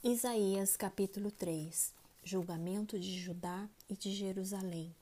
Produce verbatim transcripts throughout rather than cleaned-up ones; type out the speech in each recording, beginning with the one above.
Isaías capítulo três. Julgamento de Judá e de Jerusalém.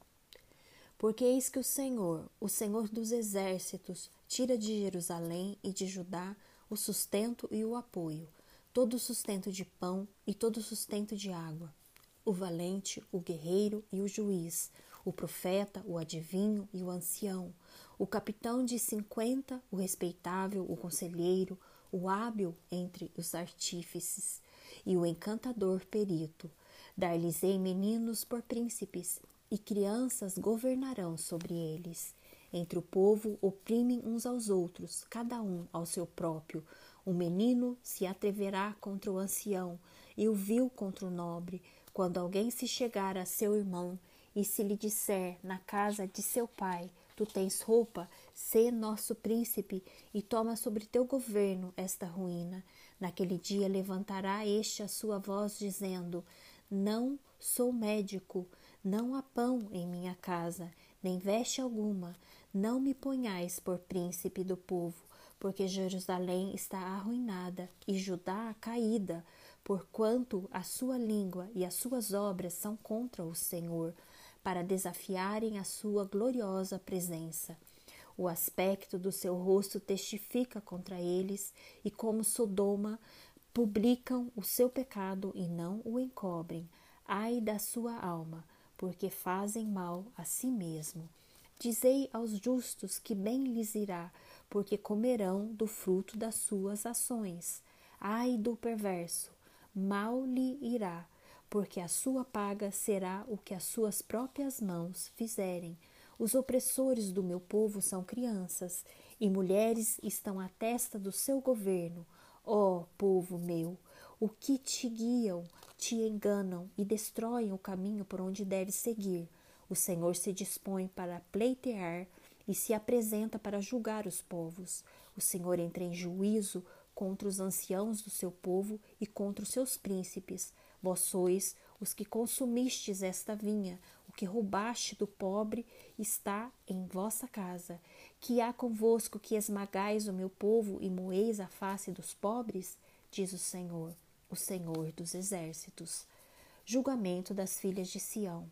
Porque eis que o Senhor, o Senhor dos exércitos, tira de Jerusalém e de Judá o sustento e o apoio, todo o sustento de pão e todo o sustento de água, o valente, o guerreiro e o juiz, o profeta, o adivinho e o ancião, o capitão de cinquenta, o respeitável, o conselheiro, o hábil entre os artífices e o encantador perito. Dar-lhes-ei meninos por príncipes, e crianças governarão sobre eles. Entre o povo oprimem uns aos outros, cada um ao seu próprio. O menino se atreverá contra o ancião, e o vil contra o nobre. Quando alguém se chegar a seu irmão, e se lhe disser na casa de seu pai: tu tens roupa, sê nosso príncipe, e toma sobre teu governo esta ruína. Naquele dia levantará este a sua voz, dizendo: não sou médico, não há pão em minha casa, nem veste alguma. Não me ponhais por príncipe do povo, porque Jerusalém está arruinada e Judá caída, porquanto a sua língua e as suas obras são contra o Senhor, para desafiarem a sua gloriosa presença. O aspecto do seu rosto testifica contra eles, e como Sodoma, publicam o seu pecado e não o encobrem. Ai da sua alma, porque fazem mal a si mesmo. Dizei aos justos que bem lhes irá, porque comerão do fruto das suas ações. Ai do perverso, mal lhe irá, porque a sua paga será o que as suas próprias mãos fizerem. Os opressores do meu povo são crianças, e mulheres estão à testa do seu governo. Ó povo meu, o que te guiam, te enganam e destroem o caminho por onde deves seguir. O Senhor se dispõe para pleitear e se apresenta para julgar os povos. O Senhor entra em juízo contra os anciãos do seu povo e contra os seus príncipes. Vós sois os que consumistes esta vinha, o que roubaste do pobre está em vossa casa. Que há convosco que esmagais o meu povo e moeis a face dos pobres? Diz o Senhor, o Senhor dos exércitos. Julgamento das filhas de Sião.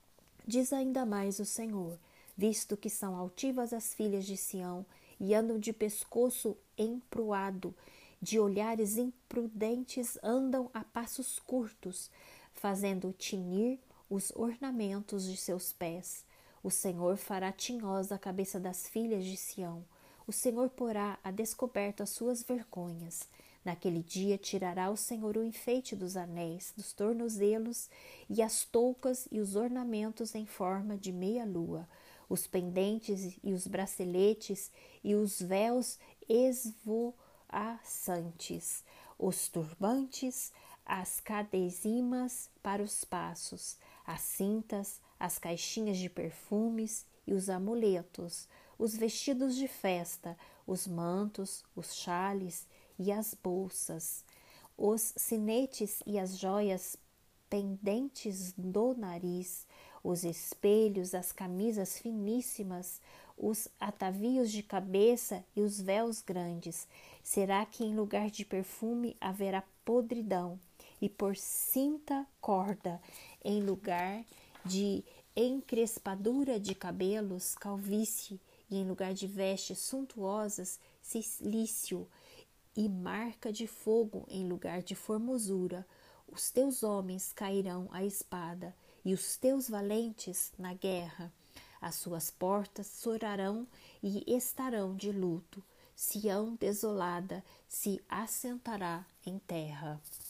Diz ainda mais o Senhor: visto que são altivas as filhas de Sião e andam de pescoço emproado, de olhares imprudentes andam a passos curtos, fazendo tinir os ornamentos de seus pés. O Senhor fará tinhosa a cabeça das filhas de Sião. O Senhor porá a descoberto as suas vergonhas. Naquele dia tirará o Senhor o enfeite dos anéis, dos tornozelos, e as toucas e os ornamentos em forma de meia-lua, os pendentes e os braceletes e os véus esvoaçantes, os turbantes, as cadeizimas para os passos, as cintas, as caixinhas de perfumes e os amuletos, os vestidos de festa, os mantos, os xales e as bolsas, os sinetes e as joias pendentes do nariz, os espelhos, as camisas finíssimas, os atavios de cabeça e os véus grandes. Será que em lugar de perfume haverá podridão, e por cinta corda, em lugar de encrespadura de cabelos, calvície, e em lugar de vestes suntuosas, cilício, e marca de fogo em lugar de formosura. Os teus homens cairão à espada, e os teus valentes na guerra. As suas portas chorarão e estarão de luto. Sião desolada se assentará em terra.